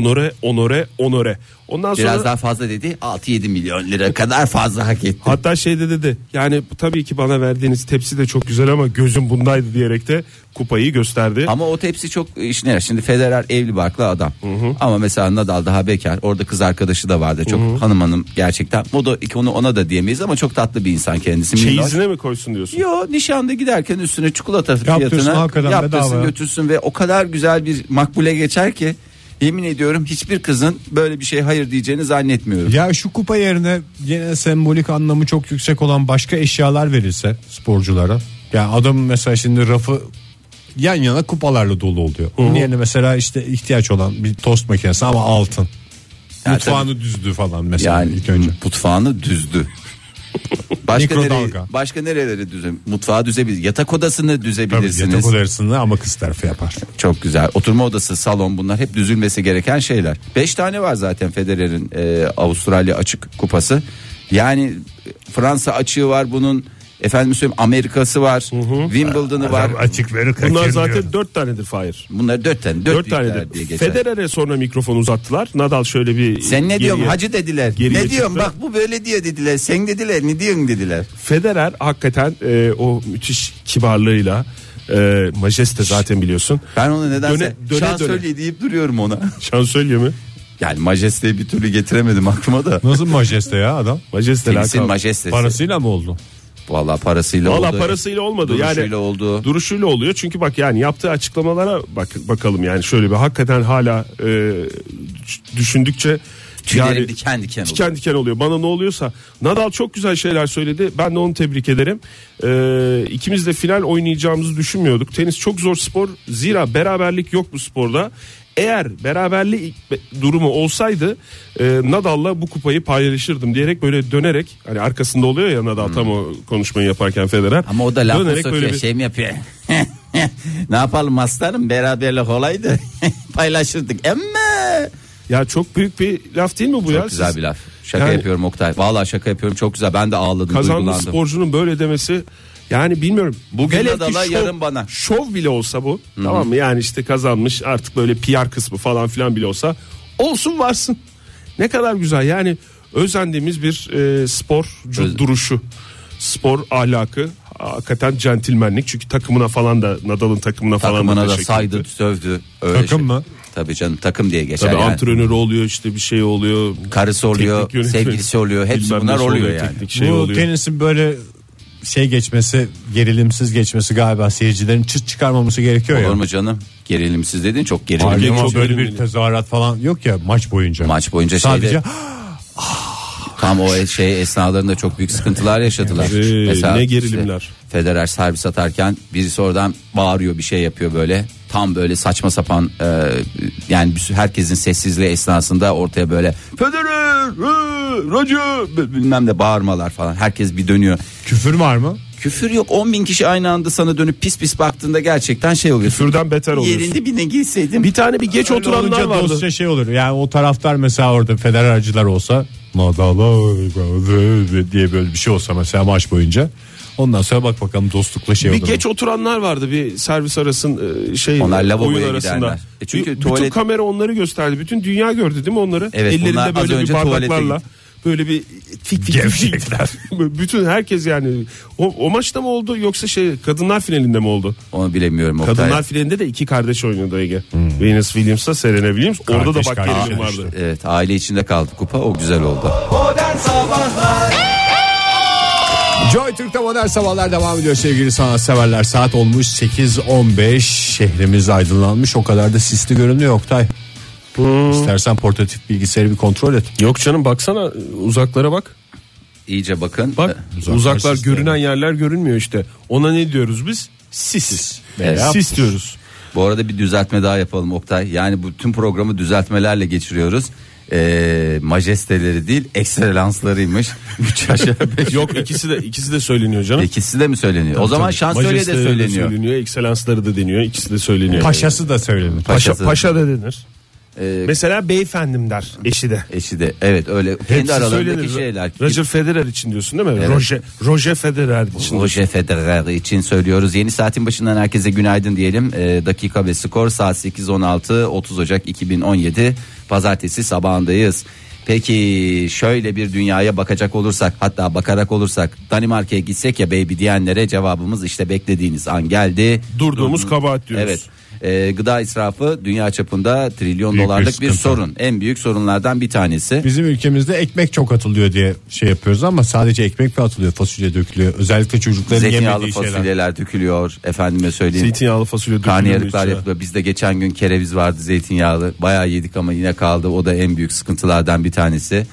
[SPEAKER 5] onore. Ondan sonra
[SPEAKER 4] Biraz daha fazla dedi, 6-7 milyon lira kadar fazla hak etti.
[SPEAKER 5] hatta şey de dedi. Yani tabii ki bana verdiğiniz tepsi de çok güzel ama gözüm bundaydı diyerek de kupayı gösterdi.
[SPEAKER 4] Ama o tepsi çok işine yarar. Şimdi Federer evli barklı adam. Ama mesela Nadal daha bekar. Orada kız arkadaşı da vardı. Çok hanım gerçekten. O da ona da diyemeyiz ama çok tatlı bir insan kendisi.
[SPEAKER 5] Çeyizine mi koysun diyorsun?
[SPEAKER 4] Yo, nişanda giderken üstüne çikolata
[SPEAKER 3] Yaptırsın,
[SPEAKER 4] fiyatına
[SPEAKER 3] hakikaten
[SPEAKER 4] yaptırsın
[SPEAKER 3] bedava.
[SPEAKER 4] götürsün ve o kadar güzel bir makbule geçer ki yemin ediyorum hiçbir kızın böyle bir şey hayır diyeceğini zannetmiyorum.
[SPEAKER 3] Ya şu kupa yerine yine sembolik anlamı çok yüksek olan başka eşyalar verilse sporculara. Yani adamın mesela şimdi rafı yan yana kupalarla dolu oluyor. Onun yerine mesela işte ihtiyaç olan bir tost makinesi ama altın.
[SPEAKER 4] Ya
[SPEAKER 3] Mutfağını düzdü falan mesela
[SPEAKER 4] Yani
[SPEAKER 3] ilk önce.
[SPEAKER 4] mutfağını düzdü. Başka
[SPEAKER 3] Mikrodalga.
[SPEAKER 4] başka nereleri mutfağı düzebilir. Yatak odasını
[SPEAKER 3] Tabii
[SPEAKER 4] düzebilirsiniz.
[SPEAKER 3] yatak odasını ama kız tarafı yapar.
[SPEAKER 4] Çok güzel. Oturma odası, salon, bunlar hep düzülmesi gereken şeyler. 5 tane var zaten Federer'in Avustralya açık kupası. Yani Fransa açığı var bunun. Efendim söyleyeyim Amerika'sı var. Wimbledon'ı var.
[SPEAKER 3] Açıkları
[SPEAKER 5] Bunlar
[SPEAKER 3] kaçırmıyor.
[SPEAKER 5] zaten 4 tanedir Fahir.
[SPEAKER 4] Bunlar 4 tane.
[SPEAKER 5] 4
[SPEAKER 4] diye
[SPEAKER 5] tanedir.
[SPEAKER 4] geçer.
[SPEAKER 5] Federer'e sonra mikrofon uzattılar. Nadal şöyle bir
[SPEAKER 4] Sen ne diyorsun
[SPEAKER 5] geriye-
[SPEAKER 4] hacı dediler.
[SPEAKER 5] geriye
[SPEAKER 4] Ne diyorsun
[SPEAKER 5] çıktı.
[SPEAKER 4] bak bu böyle diyor dediler. Sen dediler ne diyorsun dediler.
[SPEAKER 5] Federer hakikaten o müthiş kibarlığıyla majeste zaten biliyorsun.
[SPEAKER 4] Ben onu nedense
[SPEAKER 5] Döne
[SPEAKER 4] şansölye deyip duruyorum ona.
[SPEAKER 5] Şansölye mi?
[SPEAKER 4] Yani majesteyi bir türlü getiremedim aklıma da.
[SPEAKER 3] Nasıl majeste ya adam?
[SPEAKER 5] Majeste
[SPEAKER 4] Tenisin
[SPEAKER 5] lakabı.
[SPEAKER 4] majestesi.
[SPEAKER 3] Parasıyla mı oldu?
[SPEAKER 4] Vallahi parasıyla oldu.
[SPEAKER 5] Valla parasıyla olmadı.
[SPEAKER 4] Duruşuyla
[SPEAKER 5] Yani
[SPEAKER 4] oldu.
[SPEAKER 5] Duruşuyla oluyor. Çünkü bak yani yaptığı açıklamalara bakalım yani şöyle bir hakikaten hala düşündükçe
[SPEAKER 4] Tüylerim
[SPEAKER 5] yani
[SPEAKER 4] diken diken oldu.
[SPEAKER 5] diken diken oluyor. Bana ne oluyorsa Nadal çok güzel şeyler söyledi. Ben de onu tebrik ederim. İkimiz de final oynayacağımızı düşünmüyorduk. Tenis çok zor spor. Zira beraberlik yok bu sporda. Eğer beraberlik durumu olsaydı Nadal'la bu kupayı paylaşırdım diyerek böyle dönerek hani arkasında oluyor ya Nadal tam o konuşmayı yaparken Federer.
[SPEAKER 4] Ama o da lafı
[SPEAKER 5] dönerek
[SPEAKER 4] sokuyor
[SPEAKER 5] böyle bir-
[SPEAKER 4] şey mi yapıyor? Ne yapalım aslanım beraberlik olaydı. Paylaşırdık ama.
[SPEAKER 5] Ya çok büyük bir laf değil mi bu ya?
[SPEAKER 4] Çok güzel
[SPEAKER 5] Siz-
[SPEAKER 4] bir laf. Şaka
[SPEAKER 5] Yani-
[SPEAKER 4] yapıyorum Oktay. Vallahi şaka yapıyorum çok güzel. Ben de ağladım
[SPEAKER 5] Kazanmış
[SPEAKER 4] duygulandım.
[SPEAKER 5] sporcunun böyle demesi yani bilmiyorum.
[SPEAKER 4] Bugün
[SPEAKER 5] Velev ki
[SPEAKER 4] Nadal'a, yarın bana.
[SPEAKER 5] Şov bile olsa bu. Tamam mı? Yani işte kazanmış artık böyle PR kısmı falan filan bile olsa olsun varsın. Ne kadar güzel yani özendiğimiz bir sporcu duruşu. Spor ahlakı hakikaten centilmenlik. Çünkü takımına falan da Nadal'ın takımına falan
[SPEAKER 4] Takımına da
[SPEAKER 5] teşekkür
[SPEAKER 4] saydı
[SPEAKER 5] etti.
[SPEAKER 4] sövdü. Öyle
[SPEAKER 3] Takım mı?
[SPEAKER 4] Tabii canım takım diye geçer
[SPEAKER 5] Tabii
[SPEAKER 4] yani.
[SPEAKER 5] antrenörü oluyor işte bir şey oluyor.
[SPEAKER 4] Karısı oluyor,
[SPEAKER 5] Teknik yönetmeni,
[SPEAKER 4] sevgilisi oluyor, hepsi
[SPEAKER 5] bilmem
[SPEAKER 4] bunlar
[SPEAKER 5] nesi
[SPEAKER 4] oluyor yani.
[SPEAKER 5] teknik şey
[SPEAKER 3] Bu
[SPEAKER 5] oluyor.
[SPEAKER 3] tenisin böyle geçmesi, gerilimsiz geçmesi galiba seyircilerin çıt çıkarmaması gerekiyor
[SPEAKER 4] Olur
[SPEAKER 3] ya.
[SPEAKER 4] mu canım? Gerilimsiz dedin çok gerilim.
[SPEAKER 3] Hayır,
[SPEAKER 5] Çok
[SPEAKER 3] ama böyle
[SPEAKER 5] gerilimli.
[SPEAKER 3] bir tezahürat falan yok ya maç boyunca.
[SPEAKER 4] Maç boyunca
[SPEAKER 3] sadece
[SPEAKER 4] şeyde tam o esnalarında çok büyük sıkıntılar yaşadılar.
[SPEAKER 5] Ne gerilimler.
[SPEAKER 4] Federer servis atarken birisi oradan bağırıyor bir şey yapıyor böyle. Tam böyle saçma sapan yani herkesin sessizliği esnasında ortaya böyle Federer, Roger bilmem de bağırmalar falan. Herkes bir dönüyor.
[SPEAKER 3] küfür var mı?
[SPEAKER 4] Küfür yok 10.000 kişi aynı anda sana dönüp pis pis baktığında gerçekten şey oluyor.
[SPEAKER 5] Küfürden beter oluyorsun.
[SPEAKER 4] Yerinde birine girseydim.
[SPEAKER 5] Bir tane bir geç
[SPEAKER 3] Öyle
[SPEAKER 5] oturanlar
[SPEAKER 3] olunca
[SPEAKER 5] vardı.
[SPEAKER 3] dostça şey olur. Yani o taraftar mesela orada Federer'cılar olsa Nadal'a diye böyle bir şey olsa mesela maç boyunca. Ondan sonra bak bakalım dostlukla şey
[SPEAKER 5] Bir
[SPEAKER 3] olur.
[SPEAKER 5] geç oturanlar vardı bir servis arasın
[SPEAKER 4] Onlar lavaboya
[SPEAKER 5] oyun arasında.
[SPEAKER 4] giderler. Çünkü
[SPEAKER 5] Bütün
[SPEAKER 4] tuvalet-
[SPEAKER 5] kamera onları gösterdi. Bütün dünya gördü değil mi onları?
[SPEAKER 4] Evet, bunlar
[SPEAKER 5] Ellerinde
[SPEAKER 4] az
[SPEAKER 5] böyle bir
[SPEAKER 4] önce tuvalete
[SPEAKER 5] bardaklarla.
[SPEAKER 4] gitti.
[SPEAKER 5] Böyle bir fik gevşekler. Bütün herkes yani o maçta mı oldu yoksa kadınlar finalinde mi oldu?
[SPEAKER 4] Onu bilemiyorum Oktay.
[SPEAKER 5] Kadınlar finalinde de iki kardeş oynuyordu Ege. Venus Williams'la Serena Williams. Orada da
[SPEAKER 3] Kardeş
[SPEAKER 5] bak
[SPEAKER 3] kardeş
[SPEAKER 5] gerilim
[SPEAKER 3] işte.
[SPEAKER 5] vardı.
[SPEAKER 4] Evet aile içinde kaldı kupa o güzel oldu.
[SPEAKER 2] Modern Sabahlar
[SPEAKER 3] Joy Türk'te modern sabahlar devam ediyor sevgili sanatseverler. Saat olmuş 8:15, şehrimiz aydınlanmış, o kadar da sisli görünüyor Oktay. İstersen portatif bilgisayarı bir kontrol et.
[SPEAKER 5] Yok canım baksana uzaklara bak.
[SPEAKER 4] İyice bakın.
[SPEAKER 5] Bak
[SPEAKER 3] Uzaklar
[SPEAKER 5] uzaklar
[SPEAKER 3] sisli.
[SPEAKER 5] görünen yerler görünmüyor işte. Ona ne diyoruz biz? Sis.
[SPEAKER 4] Evet.
[SPEAKER 5] Sis diyoruz.
[SPEAKER 4] Bu arada bir düzeltme daha yapalım Oktay. Yani bütün programı düzeltmelerle geçiriyoruz. Majesteleri değil ekselanslarıymış. 3 aşağı 5.
[SPEAKER 5] Yok ikisi de söyleniyor canım.
[SPEAKER 4] İkisi de mi söyleniyor? O zaman şansölye de
[SPEAKER 5] Majesteleri
[SPEAKER 4] söyleniyor.
[SPEAKER 5] Ekselansları da deniyor. İkisi de söyleniyor.
[SPEAKER 3] Paşası da söylenir.
[SPEAKER 4] Paşası.
[SPEAKER 5] Paşa da denir.
[SPEAKER 4] Ee,
[SPEAKER 5] Mesela beyefendim der eşi de.
[SPEAKER 4] Eşi de evet öyle kendi
[SPEAKER 5] Hepsi
[SPEAKER 4] aralarındaki
[SPEAKER 5] söylenir.
[SPEAKER 4] şeyler.
[SPEAKER 5] Roger Federer için diyorsun değil mi?
[SPEAKER 4] Evet.
[SPEAKER 5] Roger Federer için.
[SPEAKER 4] Roger Federer için söylüyoruz. Yeni saatin başından herkese günaydın diyelim. Dakika ve skor saat 8:16 30 Ocak 2017 Pazartesi sabahındayız. Peki şöyle bir dünyaya bakacak olursak, hatta bakarak olursak, Danimarka'ya gitsek ya baby diyenlere cevabımız işte beklediğiniz an geldi.
[SPEAKER 5] Durduğumuz kabahat diyoruz.
[SPEAKER 4] Evet. Gıda israfı dünya çapında trilyon
[SPEAKER 3] Büyük bir
[SPEAKER 4] dolarlık bir
[SPEAKER 3] sıkıntı.
[SPEAKER 4] sorun. En büyük sorunlardan bir tanesi.
[SPEAKER 3] Bizim ülkemizde ekmek çok atılıyor diye şey yapıyoruz ama sadece ekmek mi atılıyor, fasulye dökülüyor. Özellikle çocukların
[SPEAKER 4] Zeytinyağlı
[SPEAKER 3] yemediği şeyler.
[SPEAKER 4] fasulyeler dökülüyor. Efendime söyleyeyim.
[SPEAKER 5] Zeytinyağlı fasulye dökülüyor
[SPEAKER 4] Karnıyarıklar
[SPEAKER 5] içine.
[SPEAKER 4] yapılıyor. Bizde geçen gün kereviz vardı zeytinyağlı. Bayağı yedik ama yine kaldı. O da en büyük sıkıntılardan bir tanesi.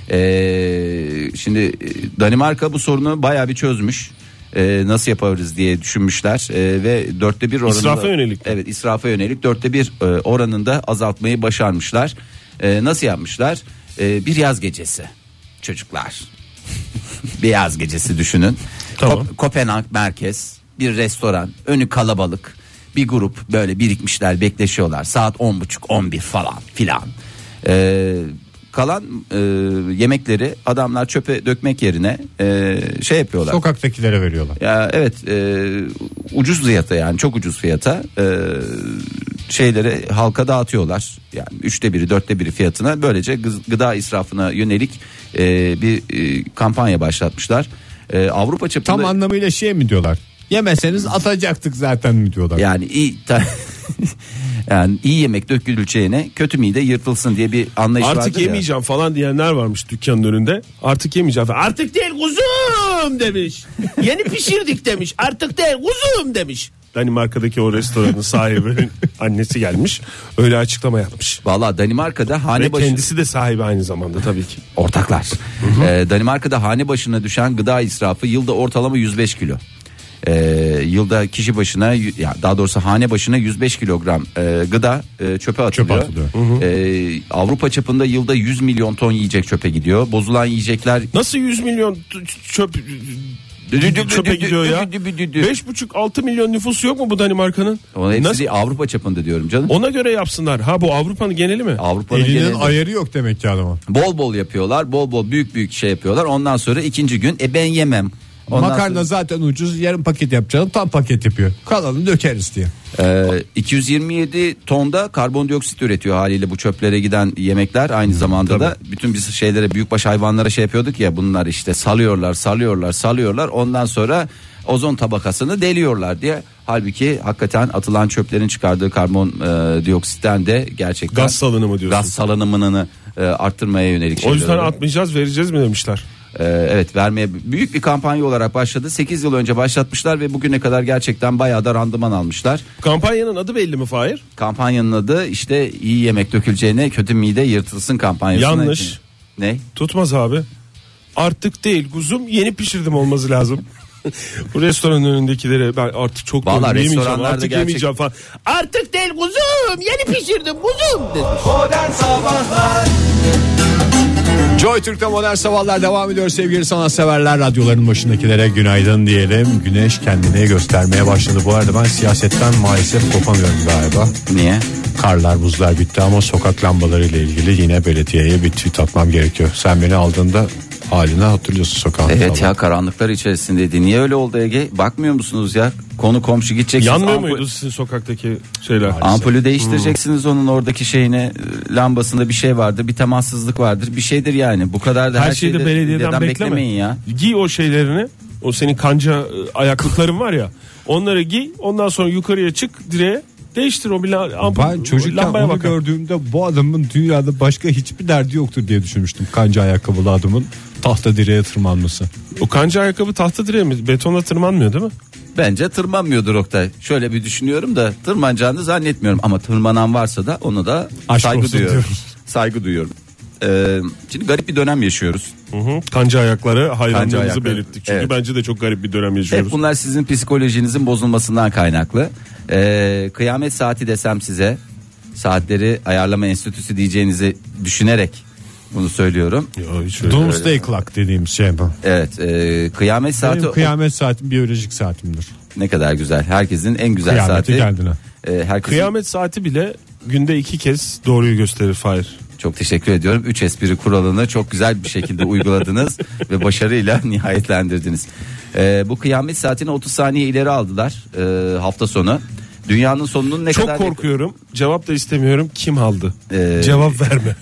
[SPEAKER 4] Şimdi Danimarka bu sorunu bayağı bir çözmüş. Nasıl yaparız diye düşünmüşler ve 1/4 oranında
[SPEAKER 5] İsrafa yönelik.
[SPEAKER 4] Evet, israfa yönelik 1/4 oranında azaltmayı başarmışlar. Nasıl yapmışlar? Bir yaz gecesi çocuklar. Bir yaz gecesi düşünün.
[SPEAKER 5] Tamam.
[SPEAKER 4] Kopenhag merkez, bir restoran, önü kalabalık. Bir grup böyle birikmişler, bekleşiyorlar. Saat 10.30 11 falan filan. kalan yemekleri adamlar çöpe dökmek yerine şey yapıyorlar.
[SPEAKER 3] Sokaktakilere veriyorlar.
[SPEAKER 4] Ya evet, ucuz fiyata, yani çok ucuz fiyata şeyleri halka dağıtıyorlar. Yani 1/3 4/1 fiyatına, böylece gıda israfına yönelik bir kampanya başlatmışlar. Avrupa çapında
[SPEAKER 3] Tam anlamıyla şey mi diyorlar? Yemeseniz atacaktık zaten mi diyorlar?
[SPEAKER 4] yani yani iyi yemek döküleceğine kötü mide yırtılsın diye bir anlayış vardır.
[SPEAKER 5] Artık yemeyeceğim falan diyenler varmış dükkanın önünde. Artık yemeyeceğim falan. Artık değil kuzum demiş. Yeni pişirdik demiş. Artık değil kuzum demiş. Danimarka'daki o restoranın sahibinin annesi gelmiş. Öyle açıklama yapmış.
[SPEAKER 4] Valla Danimarka'da hane
[SPEAKER 5] Ve
[SPEAKER 4] başı
[SPEAKER 5] kendisi de sahibi aynı zamanda tabii ki.
[SPEAKER 4] ortaklar. Danimarka'da hane başına düşen gıda israfı yılda ortalama 105 kilo. Yılda kişi başına, ya daha doğrusu hane başına 105 kilogram gıda çöpe atılıyor. Avrupa çapında yılda 100 milyon ton yiyecek çöpe gidiyor. Bozulan yiyecekler
[SPEAKER 5] Nasıl 100 milyon çöpe gidiyor ya? 5,5-6 milyon nüfusu yok mu bu Danimarka'nın?
[SPEAKER 4] Hepsi
[SPEAKER 5] Nasıl?
[SPEAKER 4] değil, Avrupa çapında diyorum canım.
[SPEAKER 5] Ona göre yapsınlar. Ha, bu Avrupa'nın geneli mi?
[SPEAKER 4] Avrupa'nın
[SPEAKER 3] Elinin
[SPEAKER 4] genelinde
[SPEAKER 3] ayarı yok demek ki adama.
[SPEAKER 4] bol bol yapıyorlar. Bol bol büyük şey yapıyorlar. Ondan sonra ikinci gün ben yemem. Ondan
[SPEAKER 3] Makarna
[SPEAKER 4] sonra,
[SPEAKER 3] zaten ucuz, yarım paket yapacağım, tam paket yapıyor. Kalanını dökeriz diye.
[SPEAKER 4] 227 tonda karbondioksit üretiyor haliyle bu çöplere giden yemekler. Aynı zamanda da bütün biz şeylere, büyükbaş hayvanlara şey yapıyorduk ya, bunlar işte salıyorlar. Ondan sonra ozon tabakasını deliyorlar diye. Halbuki hakikaten atılan çöplerin çıkardığı karbondioksitten de gerçekten
[SPEAKER 5] Gaz salınımı diyorsun.
[SPEAKER 4] Gaz salınımını arttırmaya yönelik şeyler.
[SPEAKER 5] O yüzden
[SPEAKER 4] oluyor.
[SPEAKER 5] atmayacağız, vereceğiz mi demişler.
[SPEAKER 4] Evet, vermeye büyük bir kampanya olarak başladı. 8 yıl önce başlatmışlar ve bugüne kadar gerçekten bayağı da randıman almışlar.
[SPEAKER 5] Kampanyanın adı belli mi Fahir?
[SPEAKER 4] Kampanyanın adı işte iyi yemek döküleceğine kötü mide yırtılsın kampanyası.
[SPEAKER 5] Yanlış.
[SPEAKER 4] Ne?
[SPEAKER 5] Tutmaz abi. Artık değil kuzum, yeni pişirdim olması lazım. Bu restoranın önündekilere ben artık çok
[SPEAKER 4] Vallahi
[SPEAKER 5] yemeyeceğim,
[SPEAKER 4] restoranlarda
[SPEAKER 5] artık
[SPEAKER 4] gerçek-
[SPEAKER 5] yemeyeceğim falan. Artık değil kuzum, yeni pişirdim kuzum demiş.
[SPEAKER 2] Modern Sabahlar
[SPEAKER 3] Joy Türk'te modern sabahlar devam ediyor sevgili sanatseverler. Radyoların başındakilere günaydın diyelim. Güneş kendini göstermeye başladı. Bu arada ben siyasetten maalesef kopamıyorum galiba.
[SPEAKER 4] Niye?
[SPEAKER 3] Karlar buzlar bitti ama sokak lambaları ile ilgili yine belediyeye bir tweet atmam gerekiyor. Sen beni aldığında haline hatırlıyorsun sokağın.
[SPEAKER 4] Evet
[SPEAKER 3] sabah.
[SPEAKER 4] ya, karanlıklar içerisindeydi. Niye öyle oldu Ege? Bakmıyor musunuz ya? Konu komşu gideceksiniz.
[SPEAKER 5] Yanmıyor muydu sizin sokaktaki şeyler?
[SPEAKER 4] Ampulü değiştireceksiniz, onun oradaki şeyine, lambasında bir şey vardır, bir temassızlık vardır, bir şeydir yani. Bu kadar da
[SPEAKER 5] Her şeyi de belediyeden
[SPEAKER 4] beklemeyin ya.
[SPEAKER 5] Giy o şeylerini. O senin kanca ayaklıkların var ya. Onları giy. Ondan sonra yukarıya çık, direğe değiştir o
[SPEAKER 3] Ben çocukken
[SPEAKER 5] lambaya
[SPEAKER 3] onu
[SPEAKER 5] bakar.
[SPEAKER 3] gördüğümde bu adamın dünyada başka hiçbir derdi yoktur diye düşünmüştüm. Kanca ayakkabılı adamın tahta direğe tırmanması.
[SPEAKER 5] O kanca ayakkabı tahta direğe mi? Betona tırmanmıyor değil mi?
[SPEAKER 4] Bence tırmanmıyordur Oktay. Şöyle bir düşünüyorum da tırmanacağını zannetmiyorum. Ama tırmanan varsa da onu da
[SPEAKER 3] Aşk
[SPEAKER 4] saygı
[SPEAKER 3] olsun
[SPEAKER 4] duyuyorum.
[SPEAKER 3] diyoruz.
[SPEAKER 4] Saygı duyuyorum. Şimdi garip bir dönem yaşıyoruz.
[SPEAKER 5] Kanca ayakları hayranlığımızı
[SPEAKER 4] ayakları.
[SPEAKER 5] belirttik. Çünkü
[SPEAKER 4] Evet.
[SPEAKER 5] bence de çok garip bir dönem yaşıyoruz.
[SPEAKER 4] Hep bunlar sizin psikolojinizin bozulmasından kaynaklı. Kıyamet saati desem size, saatleri ayarlama enstitüsü diyeceğinizi düşünerek bunu söylüyorum.
[SPEAKER 5] Ya hiç öyle.
[SPEAKER 3] Doomsday Clock dediğimiz şey bu.
[SPEAKER 4] Evet, kıyamet saati
[SPEAKER 3] Benim kıyamet saatim biyolojik saatimdir.
[SPEAKER 4] ne kadar güzel. Herkesin en güzel
[SPEAKER 3] Kıyameti
[SPEAKER 4] saati.
[SPEAKER 3] kendine.
[SPEAKER 4] Herkesin...
[SPEAKER 5] Kıyamet saati bile günde 2 kez doğruyu gösterir Fahir.
[SPEAKER 4] Çok teşekkür ediyorum. 3 espri kuralını çok güzel bir şekilde uyguladınız ve başarıyla nihayetlendirdiniz. Bu kıyamet saatini 30 saniye ileri aldılar hafta sonu. Dünyanın sonunun ne
[SPEAKER 5] Çok
[SPEAKER 4] kadar
[SPEAKER 5] korkuyorum. Cevap da istemiyorum. Kim aldı?
[SPEAKER 4] Ee,
[SPEAKER 5] Cevap verme.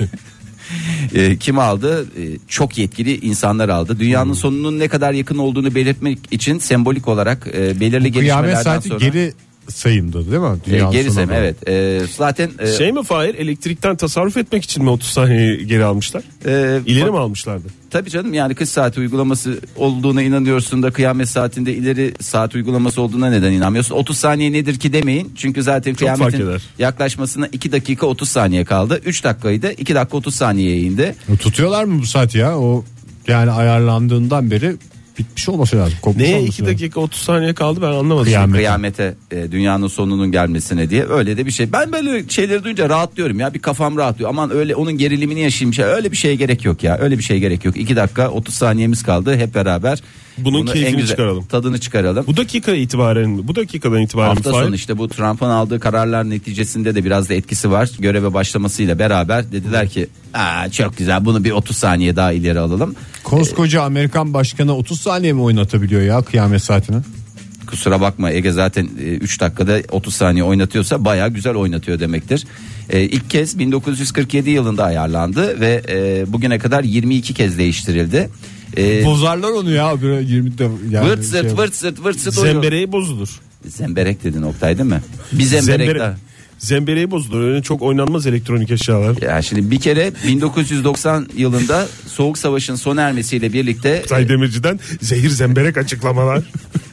[SPEAKER 4] Kim aldı? Çok yetkili insanlar aldı. Dünyanın sonunun ne kadar yakın olduğunu belirtmek için sembolik olarak belirli
[SPEAKER 3] Kıyamet
[SPEAKER 4] gelişmelerden
[SPEAKER 3] saati
[SPEAKER 4] sonra
[SPEAKER 3] geri sayımdı değil mi? Dünyanın
[SPEAKER 4] geri sayım,
[SPEAKER 3] sonuna doğru.
[SPEAKER 4] evet. Zaten
[SPEAKER 5] Şey mi Fahir, elektrikten tasarruf etmek için mi 30 saniye geri almışlar? İleri mi almışlardı?
[SPEAKER 4] Tabii canım, yani kış saati uygulaması olduğuna inanıyorsun da kıyamet saatinde ileri saat uygulaması olduğuna neden inanmıyorsun? 30 saniye nedir ki demeyin. Çünkü zaten
[SPEAKER 5] Çok fark
[SPEAKER 4] kıyametin
[SPEAKER 5] eder.
[SPEAKER 4] yaklaşmasına 2 dakika 30 saniye kaldı. 3 dakikaydı, 2 dakika 30 saniyeye indi.
[SPEAKER 3] Tutuyorlar mı bu saat ya? O yani ayarlandığından beri bitmiş olması lazım. Kopmuş
[SPEAKER 5] Neye
[SPEAKER 3] olması
[SPEAKER 5] 2
[SPEAKER 3] lazım.
[SPEAKER 5] dakika 30 saniye kaldı ben anlamadım.
[SPEAKER 4] Kıyamete, dünyanın sonunun gelmesine diye öyle de bir şey. Ben böyle şeyleri duyunca rahatlıyorum ya, bir kafam rahatlıyor. Aman öyle onun gerilimini yaşayayım, öyle bir şeye gerek yok ya. Öyle bir şeye gerek yok. 2 dakika 30 saniyemiz kaldı hep beraber
[SPEAKER 5] Bunun keyfini çıkaralım.
[SPEAKER 4] Tadını çıkaralım.
[SPEAKER 5] Bu dakikadan itibaren
[SPEAKER 4] Hafta sonu işte bu Trump'ın aldığı kararlar neticesinde de biraz da etkisi var. Göreve başlamasıyla beraber dediler ki çok güzel, bunu bir 30 saniye daha ileri alalım.
[SPEAKER 3] Koskoca Amerikan başkanı 30 saniye mi oynatabiliyor ya kıyamet saatini?
[SPEAKER 4] Kusura bakma Ege, zaten 3 dakikada 30 saniye oynatıyorsa bayağı güzel oynatıyor demektir. İlk kez 1947 yılında ayarlandı ve bugüne kadar 22 kez değiştirildi.
[SPEAKER 3] Bozarlar onu ya 20'de yani
[SPEAKER 4] Vırt sırt
[SPEAKER 5] Zembereği bozulur.
[SPEAKER 4] Zemberek dedin Oktay değil mi? Bir zemberek daha.
[SPEAKER 5] Zembereği bozulur. Öyle çok oynanmaz elektronik eşyalar.
[SPEAKER 4] Ya şimdi bir kere 1990 yılında Soğuk Savaş'ın sona ermesiyle birlikte
[SPEAKER 5] Oktay Demirci'den zehir zemberek açıklamalar.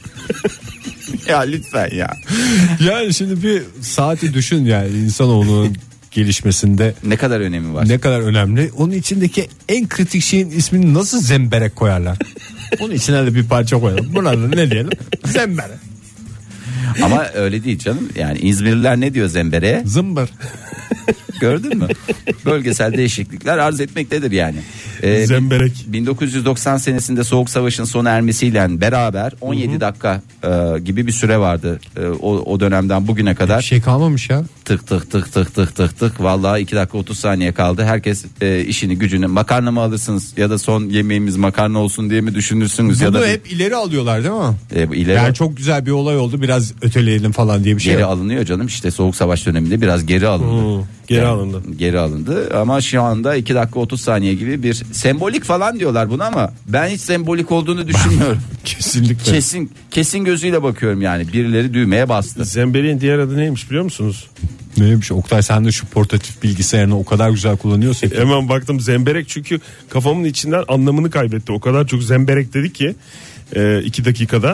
[SPEAKER 4] ya lütfen ya.
[SPEAKER 3] Yani şimdi bir saati düşün yani insanoğlunun gelişmesinde
[SPEAKER 4] Ne kadar önemi var?
[SPEAKER 3] ne kadar önemli. Onun içindeki en kritik şeyin ismini nasıl zemberek koyarlar? Onun içine de bir parça koyalım. Buna da ne diyelim? Zemberek.
[SPEAKER 4] Ama öyle değil canım. Yani İzmirliler ne diyor zembereye?
[SPEAKER 3] Zımbır.
[SPEAKER 4] Gördün mü? Bölgesel değişiklikler arz etmektedir yani.
[SPEAKER 5] Zemberek.
[SPEAKER 4] 1990 senesinde Soğuk Savaş'ın sona ermesiyle beraber 17 dakika gibi bir süre vardı. O dönemden bugüne kadar.
[SPEAKER 3] Bir şey kalmamış ya.
[SPEAKER 4] Tık tık tık tık tık tık tık. Vallahi 2 dakika 30 saniye kaldı. Herkes işini gücünü, makarna mı alırsınız ya da son yemeğimiz makarna olsun diye mi düşünürsünüz?
[SPEAKER 3] Bunu
[SPEAKER 4] ya da
[SPEAKER 3] hep ileri alıyorlar değil mi?
[SPEAKER 4] ileri
[SPEAKER 3] Yani çok güzel bir olay oldu, biraz öteleyelim falan diye bir şey
[SPEAKER 4] geri
[SPEAKER 3] yok.
[SPEAKER 4] alınıyor canım, işte Soğuk Savaş döneminde biraz geri alındı.
[SPEAKER 5] Geri
[SPEAKER 4] alındı ama şu anda 2 dakika 30 saniye gibi bir sembolik falan diyorlar buna, ama ben hiç sembolik olduğunu düşünmüyorum.
[SPEAKER 3] Kesinlikle.
[SPEAKER 4] Kesin gözüyle bakıyorum yani, birileri düğmeye bastı.
[SPEAKER 5] Zembereğin diğer adı neymiş biliyor musunuz?
[SPEAKER 3] Neymiş Oktay, sen de şu portatif bilgisayarını o kadar güzel kullanıyorsun ki.
[SPEAKER 5] Hemen baktım, zemberek, çünkü kafamın içinden anlamını kaybetti. O kadar çok zemberek dedi ki 2 dakikada.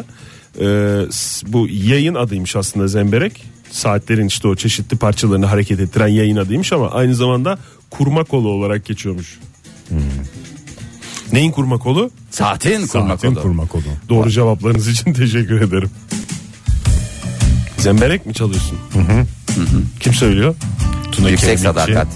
[SPEAKER 5] Bu yayın adıymış aslında zemberek. Saatlerin işte o çeşitli parçalarını hareket ettiren yayın adıymış ama aynı zamanda kurma kolu olarak geçiyormuş. Neyin kurma kolu?
[SPEAKER 4] Saatin kurma kolu.
[SPEAKER 5] Doğru cevaplarınız için teşekkür ederim. Zemberek mi çalıyorsun? Kim söylüyor?
[SPEAKER 4] Yüksek Sadakat.